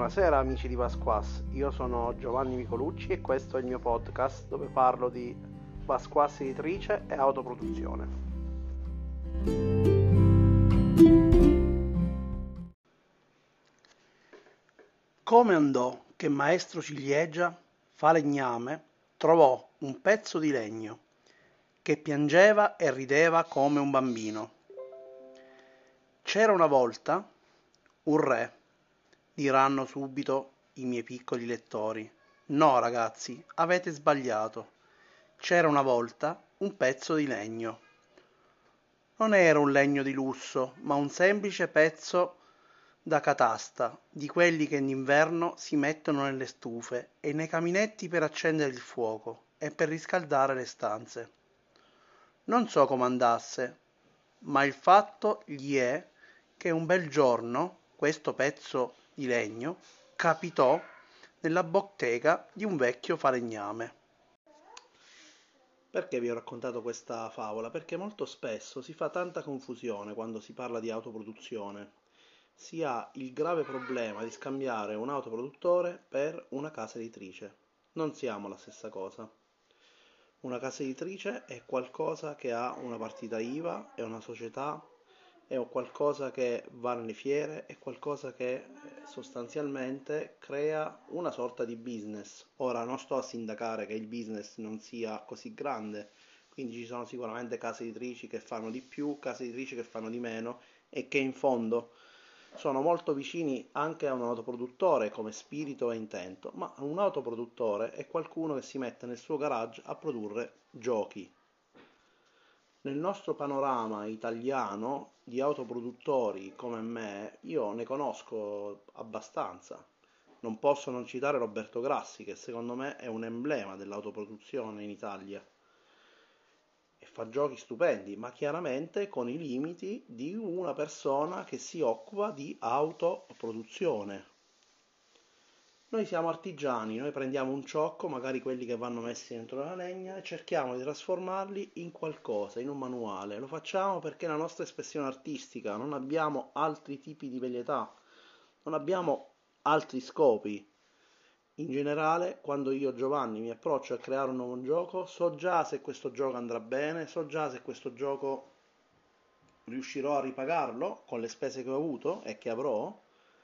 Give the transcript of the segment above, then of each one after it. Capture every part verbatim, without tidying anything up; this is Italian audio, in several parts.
Buonasera amici di Vasquas, io sono Giovanni Micolucci e questo è il mio podcast dove parlo di Vasquas editrice e autoproduzione. Come andò che maestro ciliegia, falegname, trovò un pezzo di legno che piangeva e rideva come un bambino. C'era una volta un re, diranno subito i miei piccoli lettori. No, ragazzi, avete sbagliato. C'era una volta un pezzo di legno. Non era un legno di lusso, ma un semplice pezzo da catasta, di quelli che in inverno si mettono nelle stufe e nei caminetti per accendere il fuoco e per riscaldare le stanze. Non so come andasse, ma il fatto gli è che un bel giorno questo pezzo di legno capitò nella bottega di un vecchio falegname. Perché vi ho raccontato questa favola? Perché molto spesso si fa tanta confusione quando si parla di autoproduzione. Si ha il grave problema di scambiare un autoproduttore per una casa editrice. Non siamo la stessa cosa. Una casa editrice è qualcosa che ha una partita I V A, è una società, è qualcosa che va nelle fiere, è qualcosa che sostanzialmente crea una sorta di business. Ora non sto a sindacare che il business non sia così grande, quindi ci sono sicuramente case editrici che fanno di più, case editrici che fanno di meno e che in fondo sono molto vicini anche a un autoproduttore come spirito e intento, ma un autoproduttore è qualcuno che si mette nel suo garage a produrre giochi. Nel nostro panorama italiano di autoproduttori come me, io ne conosco abbastanza. Non posso non citare Roberto Grassi, che secondo me è un emblema dell'autoproduzione in Italia. E fa giochi stupendi, ma chiaramente con i limiti di una persona che si occupa di autoproduzione. Noi siamo artigiani, noi prendiamo un ciocco, magari quelli che vanno messi dentro la legna, e cerchiamo di trasformarli in qualcosa, in un manuale. Lo facciamo perché è la nostra espressione artistica, non abbiamo altri tipi di velleità, non abbiamo altri scopi. In generale, quando io Giovanni mi approccio a creare un nuovo gioco, so già se questo gioco andrà bene, so già se questo gioco riuscirò a ripagarlo con le spese che ho avuto e che avrò,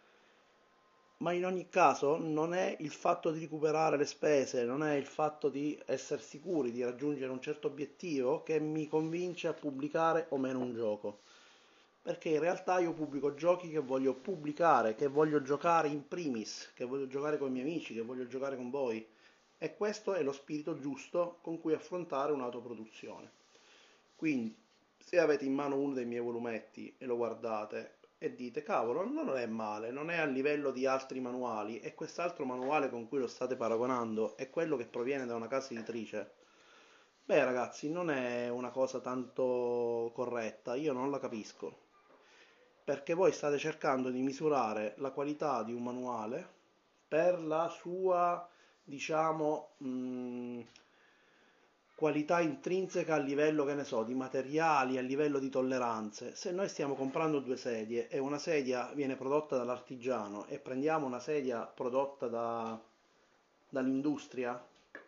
ma in ogni caso non è il fatto di recuperare le spese, non è il fatto di essere sicuri di raggiungere un certo obiettivo che mi convince a pubblicare o meno un gioco. Perché in realtà io pubblico giochi che voglio pubblicare, che voglio giocare in primis, che voglio giocare con i miei amici, che voglio giocare con voi. E questo è lo spirito giusto con cui affrontare un'autoproduzione. Quindi, se avete in mano uno dei miei volumetti e lo guardate e dite cavolo, non è male, non è a livello di altri manuali, e quest'altro manuale con cui lo state paragonando è quello che proviene da una casa editrice, beh ragazzi, non è una cosa tanto corretta, io non la capisco, perché voi state cercando di misurare la qualità di un manuale per la sua, diciamo, mh, qualità intrinseca a livello, che ne so, di materiali, a livello di tolleranze. Se noi stiamo comprando due sedie e una sedia viene prodotta dall'artigiano e prendiamo una sedia prodotta da, dall'industria,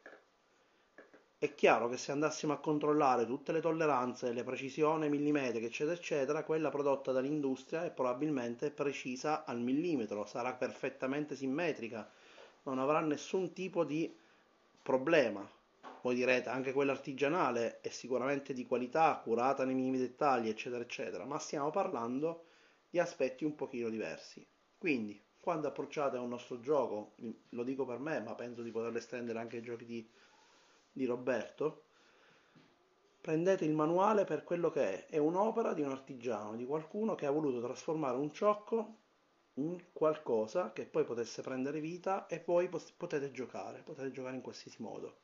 è chiaro che se andassimo a controllare tutte le tolleranze, le precisioni millimetriche, eccetera, eccetera, quella prodotta dall'industria è probabilmente precisa al millimetro, sarà perfettamente simmetrica, non avrà nessun tipo di problema. Voi direte, anche quella artigianale è sicuramente di qualità, curata nei minimi dettagli, eccetera, eccetera, ma stiamo parlando di aspetti un pochino diversi. Quindi, quando approcciate a un nostro gioco, lo dico per me, ma penso di poterlo estendere anche ai giochi di, di Roberto, prendete il manuale per quello che è, è un'opera di un artigiano, di qualcuno che ha voluto trasformare un ciocco in qualcosa che poi potesse prendere vita e poi potete giocare, potete giocare in qualsiasi modo.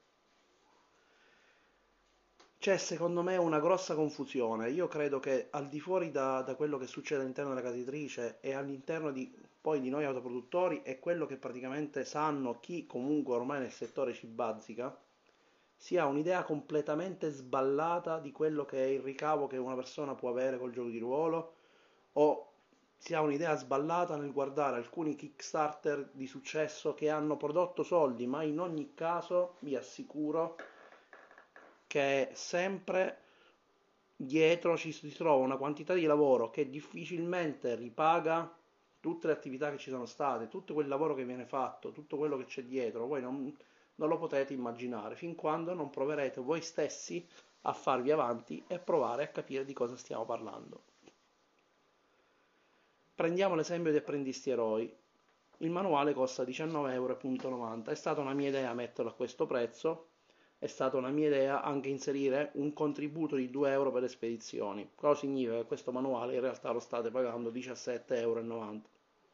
C'è secondo me una grossa confusione. Io credo che al di fuori da, da quello che succede all'interno della casa editrice e all'interno di, poi di noi autoproduttori, è quello che praticamente sanno chi comunque ormai nel settore ci bazzica, si ha un'idea completamente sballata di quello che è il ricavo che una persona può avere col gioco di ruolo o si ha un'idea sballata nel guardare alcuni Kickstarter di successo che hanno prodotto soldi, ma in ogni caso vi assicuro che sempre dietro ci si trova una quantità di lavoro che difficilmente ripaga tutte le attività che ci sono state, tutto quel lavoro che viene fatto, tutto quello che c'è dietro. Voi non, non lo potete immaginare fin quando non proverete voi stessi a farvi avanti e provare a capire di cosa stiamo parlando. Prendiamo l'esempio di Apprendisti Eroi. Il manuale costa diciannove euro e novanta. È stata una mia idea metterlo a questo prezzo. È stata una mia idea anche inserire un contributo di due euro per le spedizioni. Cosa significa che questo manuale in realtà lo state pagando diciassette euro e novanta.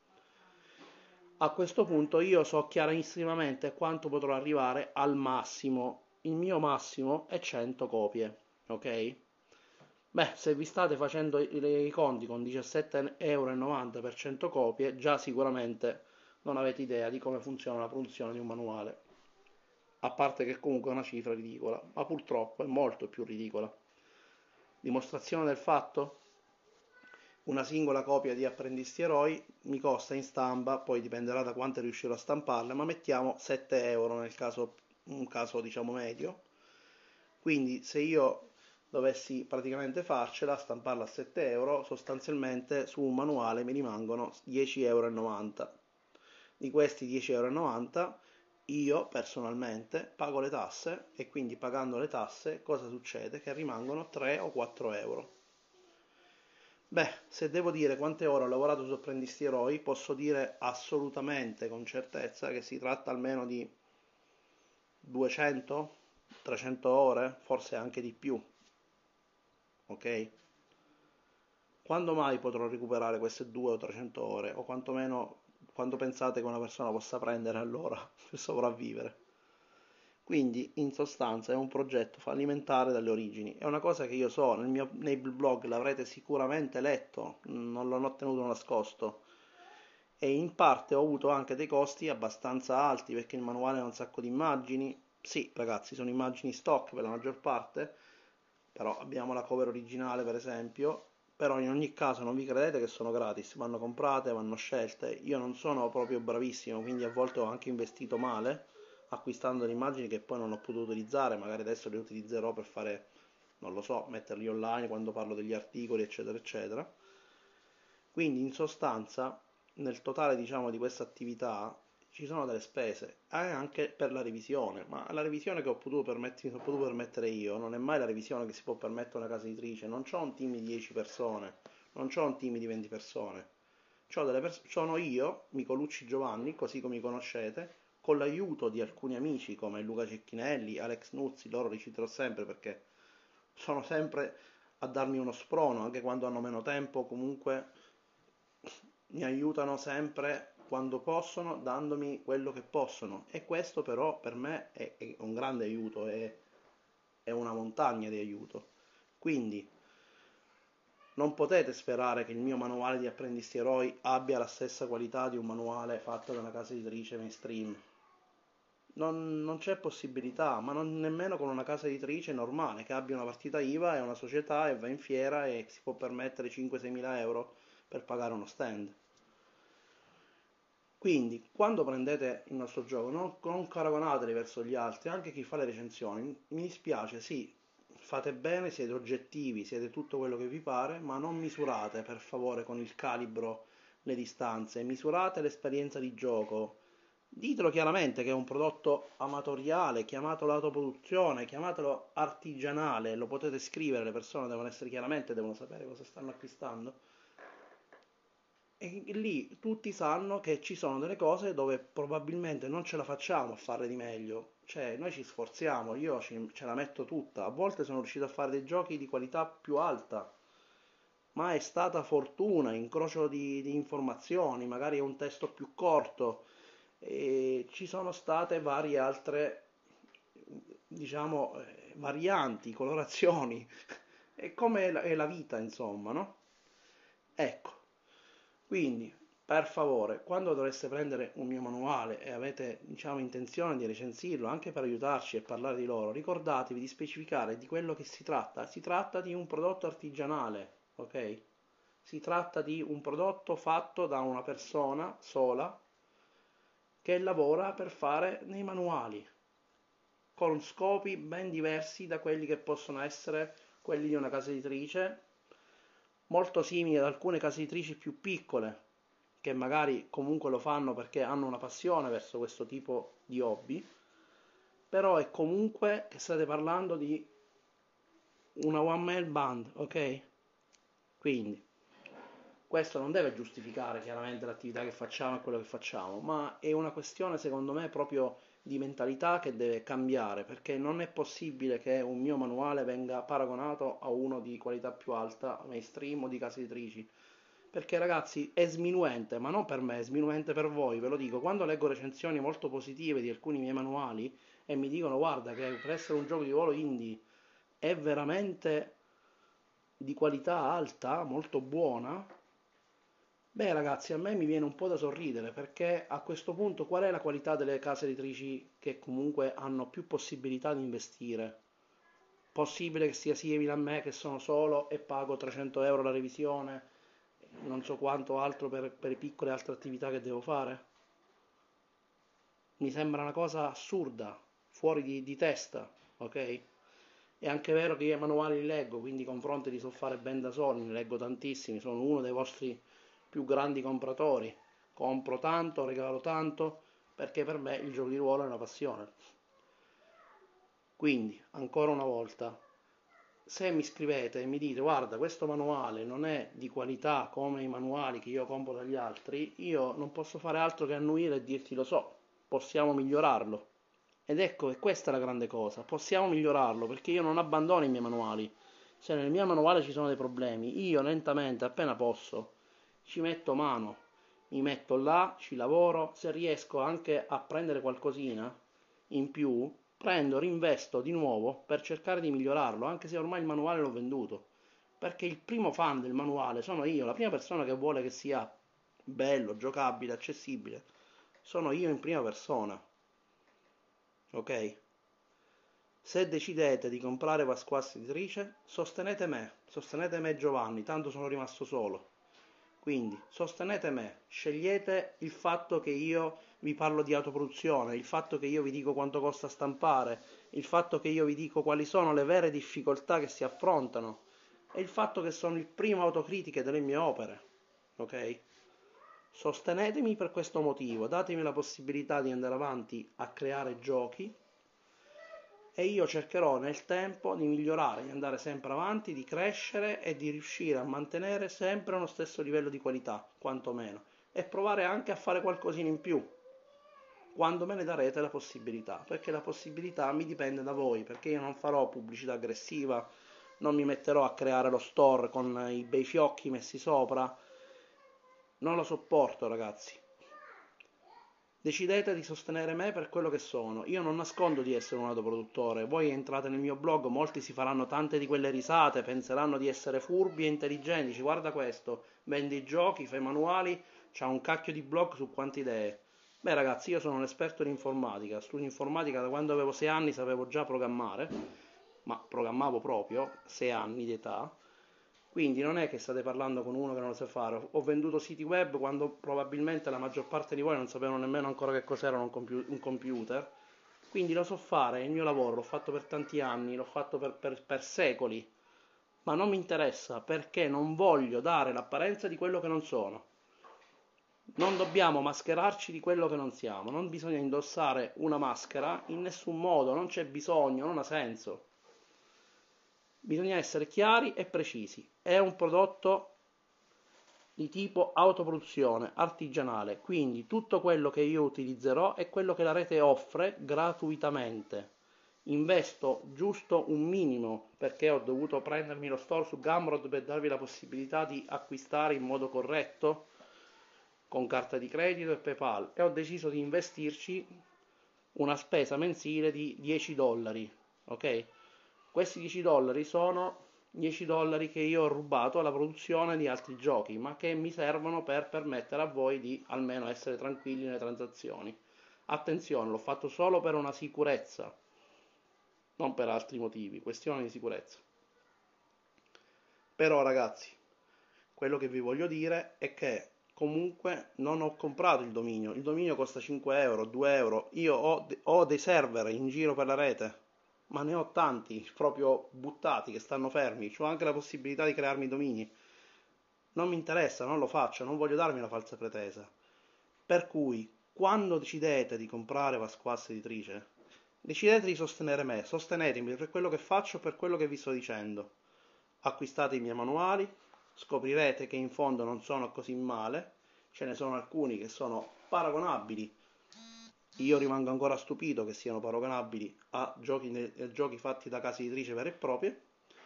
A questo punto io so chiarissimamente quanto potrò arrivare al massimo. Il mio massimo è cento copie, ok? Beh, se vi state facendo i, i conti con diciassette euro e novanta per cento copie, già sicuramente non avete idea di come funziona la produzione di un manuale. A parte che comunque è una cifra ridicola, ma purtroppo è molto più ridicola. Dimostrazione del fatto? Una singola copia di Apprendisti Eroi mi costa in stampa, poi dipenderà da quante riuscirò a stamparle, ma mettiamo sette euro nel caso, un caso diciamo medio. Quindi se io dovessi praticamente farcela, stamparla a sette euro, sostanzialmente su un manuale mi rimangono dieci euro e novanta. Di questi dieci euro e novanta io personalmente pago le tasse e quindi pagando le tasse cosa succede? Che rimangono tre o quattro euro. Beh, se devo dire quante ore ho lavorato su Apprendisti Eroi, posso dire assolutamente con certezza che si tratta almeno di duecento trecento ore, forse anche di più. Ok? Quando mai potrò recuperare queste duecento o trecento ore? O quantomeno quando pensate che una persona possa prendere allora per sopravvivere? Quindi in sostanza è un progetto fallimentare dalle origini. È una cosa che io so, nel mio nel blog l'avrete sicuramente letto, non l'ho tenuto nascosto. E in parte ho avuto anche dei costi abbastanza alti perché il manuale ha un sacco di immagini. Sì, ragazzi, sono immagini stock per la maggior parte, però abbiamo la cover originale per esempio. Però in ogni caso non vi credete che sono gratis, vanno comprate, vanno scelte. Io non sono proprio bravissimo, quindi a volte ho anche investito male acquistando le immagini che poi non ho potuto utilizzare, magari adesso le utilizzerò per fare, non lo so, metterli online quando parlo degli articoli, eccetera, eccetera. Quindi in sostanza, nel totale, diciamo, di questa attività ci sono delle spese, eh, anche per la revisione, ma la revisione che ho potuto permettere, mi sono potuto permettere io non è mai la revisione che si può permettere una casa editrice. Non ho un team di dieci persone, non ho un team di venti persone. C'ho delle pers- sono io, Micolucci Giovanni, così come mi conoscete, con l'aiuto di alcuni amici come Luca Cecchinelli, Alex Nuzzi, loro li citerò sempre perché sono sempre a darmi uno sprono, anche quando hanno meno tempo, comunque mi aiutano sempre quando possono, dandomi quello che possono. E questo però per me è, è un grande aiuto, è, è una montagna di aiuto. Quindi non potete sperare che il mio manuale di Apprendisti Eroi abbia la stessa qualità di un manuale fatto da una casa editrice mainstream. Non, non c'è possibilità, ma non nemmeno con una casa editrice normale che abbia una partita I V A e una società e va in fiera e si può permettere cinque-sei mila euro per pagare uno stand. Quindi, quando prendete il nostro gioco, non, non paragonateli verso gli altri, anche chi fa le recensioni. Mi dispiace, sì, fate bene, siete oggettivi, siete tutto quello che vi pare, ma non misurate per favore con il calibro le distanze, misurate l'esperienza di gioco. Ditelo chiaramente che è un prodotto amatoriale, chiamatelo autoproduzione, chiamatelo artigianale, lo potete scrivere, le persone devono essere chiaramente, devono sapere cosa stanno acquistando. E lì tutti sanno che ci sono delle cose dove probabilmente non ce la facciamo a fare di meglio. Cioè, noi ci sforziamo, io ci- ce la metto tutta. A volte sono riuscito a fare dei giochi di qualità più alta, ma è stata fortuna, incrocio di, di informazioni, magari è un testo più corto. E ci sono state varie altre, diciamo, eh, varianti, colorazioni. È come la- è la vita, insomma, no? Ecco. Quindi, per favore, quando dovreste prendere un mio manuale e avete, diciamo, intenzione di recensirlo anche per aiutarci e parlare di loro, ricordatevi di specificare di quello che si tratta. Si tratta di un prodotto artigianale, ok? Si tratta di un prodotto fatto da una persona sola che lavora per fare nei manuali, con scopi ben diversi da quelli che possono essere quelli di una casa editrice, molto simili ad alcune case editrici più piccole, che magari comunque lo fanno perché hanno una passione verso questo tipo di hobby, però è comunque che state parlando di una one man band, ok? Quindi questo non deve giustificare chiaramente l'attività che facciamo e quello che facciamo, ma è una questione secondo me proprio di mentalità che deve cambiare, perché non è possibile che un mio manuale venga paragonato a uno di qualità più alta, mainstream o di case editrici. Perché ragazzi è sminuente, ma non per me, è sminuente per voi, ve lo dico. Quando leggo recensioni molto positive di alcuni miei manuali e mi dicono guarda che per essere un gioco di ruolo indie è veramente di qualità alta, molto buona, beh ragazzi a me mi viene un po' da sorridere perché a questo punto qual è la qualità delle case editrici che comunque hanno più possibilità di investire? Possibile che sia simile a me che sono solo e pago trecento euro la revisione, non so quanto altro per, per le piccole altre attività che devo fare? Mi sembra una cosa assurda, fuori di, di testa, ok? È anche vero che io i manuali li leggo, quindi confronti li so fare ben da soli, ne leggo tantissimi, sono uno dei vostri più grandi compratori. Compro tanto, regalo tanto, perché per me il gioco di ruolo è una passione. Quindi, ancora una volta, se mi scrivete e mi dite guarda questo manuale non è di qualità come i manuali che io compro dagli altri, io non posso fare altro che annuire e dirti lo so, possiamo migliorarlo. Ed ecco, è questa la grande cosa, possiamo migliorarlo perché io non abbandono i miei manuali. Se nel mio manuale ci sono dei problemi, io lentamente, appena posso, ci metto mano, mi metto là, ci lavoro, se riesco anche a prendere qualcosina in più, prendo, rinvesto di nuovo per cercare di migliorarlo, anche se ormai il manuale l'ho venduto. Perché il primo fan del manuale sono io, la prima persona che vuole che sia bello, giocabile, accessibile, sono io in prima persona. Ok? Se decidete di comprare Pasquassa Editrice, sostenete me, sostenete me Giovanni, tanto sono rimasto solo. Quindi sostenete me, scegliete il fatto che io vi parlo di autoproduzione, il fatto che io vi dico quanto costa stampare, il fatto che io vi dico quali sono le vere difficoltà che si affrontano e il fatto che sono il primo autocritiche delle mie opere. Ok? Sostenetemi per questo motivo, datemi la possibilità di andare avanti a creare giochi e io cercherò nel tempo di migliorare, di andare sempre avanti, di crescere e di riuscire a mantenere sempre uno stesso livello di qualità, quantomeno, e provare anche a fare qualcosina in più, quando me ne darete la possibilità, perché la possibilità mi dipende da voi, perché io non farò pubblicità aggressiva, non mi metterò a creare lo store con i bei fiocchi messi sopra, non lo sopporto ragazzi. Decidete di sostenere me per quello che sono. Io non nascondo di essere un autoproduttore. Voi entrate nel mio blog, molti si faranno tante di quelle risate, penseranno di essere furbi e intelligenti. Dici, guarda questo, vende i giochi, fa i manuali, c'ha un cacchio di blog su quante idee. Beh ragazzi, io sono un esperto in informatica. Studio informatica da quando avevo sei anni, sapevo già programmare, ma programmavo proprio, sei anni di età. Quindi non è che state parlando con uno che non lo sa fare. Ho venduto siti web quando probabilmente la maggior parte di voi non sapevano nemmeno ancora che cos'era un, compu- un computer. Quindi lo so fare, è il mio lavoro, l'ho fatto per tanti anni, l'ho fatto per, per, per secoli. Ma non mi interessa perché non voglio dare l'apparenza di quello che non sono. Non dobbiamo mascherarci di quello che non siamo. Non bisogna indossare una maschera in nessun modo, non c'è bisogno, non ha senso. Bisogna essere chiari e precisi. È un prodotto di tipo autoproduzione, artigianale, quindi tutto quello che io utilizzerò è quello che la rete offre gratuitamente. Investo giusto un minimo perché ho dovuto prendermi lo store su Gumroad per darvi la possibilità di acquistare in modo corretto con carta di credito e PayPal e ho deciso di investirci una spesa mensile di dieci dollari, ok? Questi dieci dollari sono dieci dollari che io ho rubato alla produzione di altri giochi, ma che mi servono per permettere a voi di almeno essere tranquilli nelle transazioni. Attenzione, l'ho fatto solo per una sicurezza, non per altri motivi, questione di sicurezza. Però ragazzi, Quello che vi voglio dire è che comunque non ho comprato il dominio, il dominio costa cinque euro, due euro, io ho, de- ho dei server in giro per la rete, ma ne ho tanti proprio buttati che stanno fermi, ho anche la possibilità di crearmi domini. Non mi interessa, non lo faccio, non voglio darmi una falsa pretesa. Per cui, quando decidete di comprare Pasquassa Editrice, decidete di sostenere me, sostenetemi per quello che faccio, per quello che vi sto dicendo. Acquistate i miei manuali, scoprirete che in fondo non sono così male, ce ne sono alcuni che sono paragonabili. Io rimango ancora stupito che siano paragonabili a giochi, a giochi fatti da case editrici vere e proprie.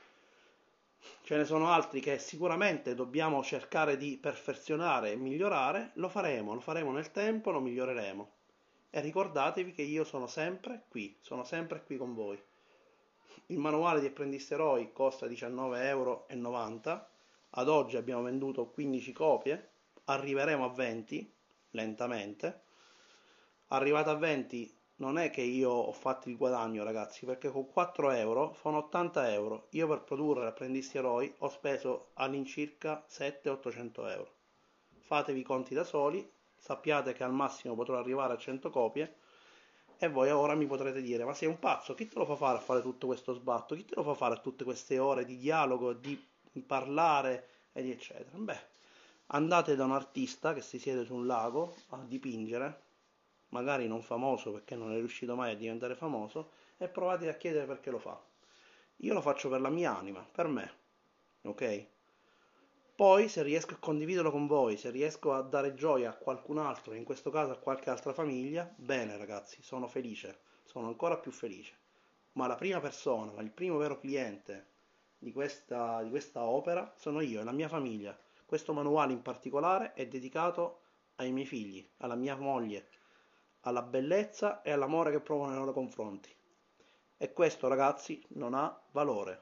Ce ne sono altri che sicuramente dobbiamo cercare di perfezionare e migliorare, lo faremo, lo faremo nel tempo, lo miglioreremo. E ricordatevi che io sono sempre qui, sono sempre qui con voi. Il manuale di Apprendiste Eroi costa diciannove euro e novanta, ad oggi abbiamo venduto quindici copie, arriveremo a venti, lentamente. Arrivato a venti non è che io ho fatto il guadagno, ragazzi, perché con quattro euro sono ottanta euro. Io per produrre Apprendisti Eroi ho speso all'incirca settecento-ottocento euro. Fatevi i conti da soli, sappiate che al massimo potrò arrivare a cento copie e voi ora mi potrete dire: ma sei un pazzo, chi te lo fa fare a fare tutto questo sbatto? Chi te lo fa fare a tutte queste ore di dialogo, di parlare e di eccetera? Beh, andate da un artista che si siede su un lago a dipingere, magari non famoso perché non è riuscito mai a diventare famoso, e provate a chiedere perché lo fa. Io lo faccio per la mia anima, per me, ok? Poi se riesco a condividerlo con voi, se riesco a dare gioia a qualcun altro, in questo caso a qualche altra famiglia, bene ragazzi, sono felice, sono ancora più felice. Ma la prima persona, ma il primo vero cliente di questa, di questa opera sono io e la mia famiglia. Questo manuale in particolare è dedicato ai miei figli, alla mia moglie, alla bellezza e all'amore che provo nei loro confronti. E questo, ragazzi, non ha valore.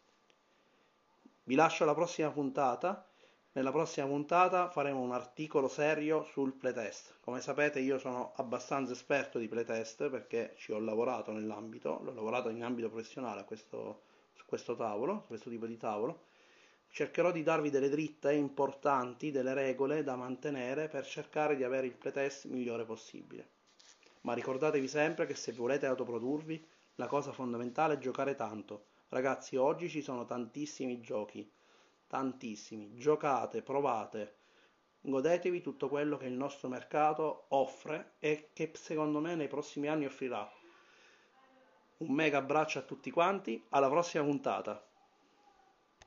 Vi lascio alla prossima puntata. Nella prossima puntata faremo un articolo serio sul playtest. Come sapete io sono abbastanza esperto di playtest perché ci ho lavorato nell'ambito, l'ho lavorato in ambito professionale a questo, su questo tavolo, su questo tipo di tavolo. Cercherò di darvi delle dritte importanti, delle regole da mantenere per cercare di avere il playtest migliore possibile. Ma ricordatevi sempre che se volete autoprodurvi, la cosa fondamentale è giocare tanto. Ragazzi, oggi ci sono tantissimi giochi, tantissimi. Giocate, provate, godetevi tutto quello che il nostro mercato offre e che secondo me nei prossimi anni offrirà. Un mega abbraccio a tutti quanti, alla prossima puntata.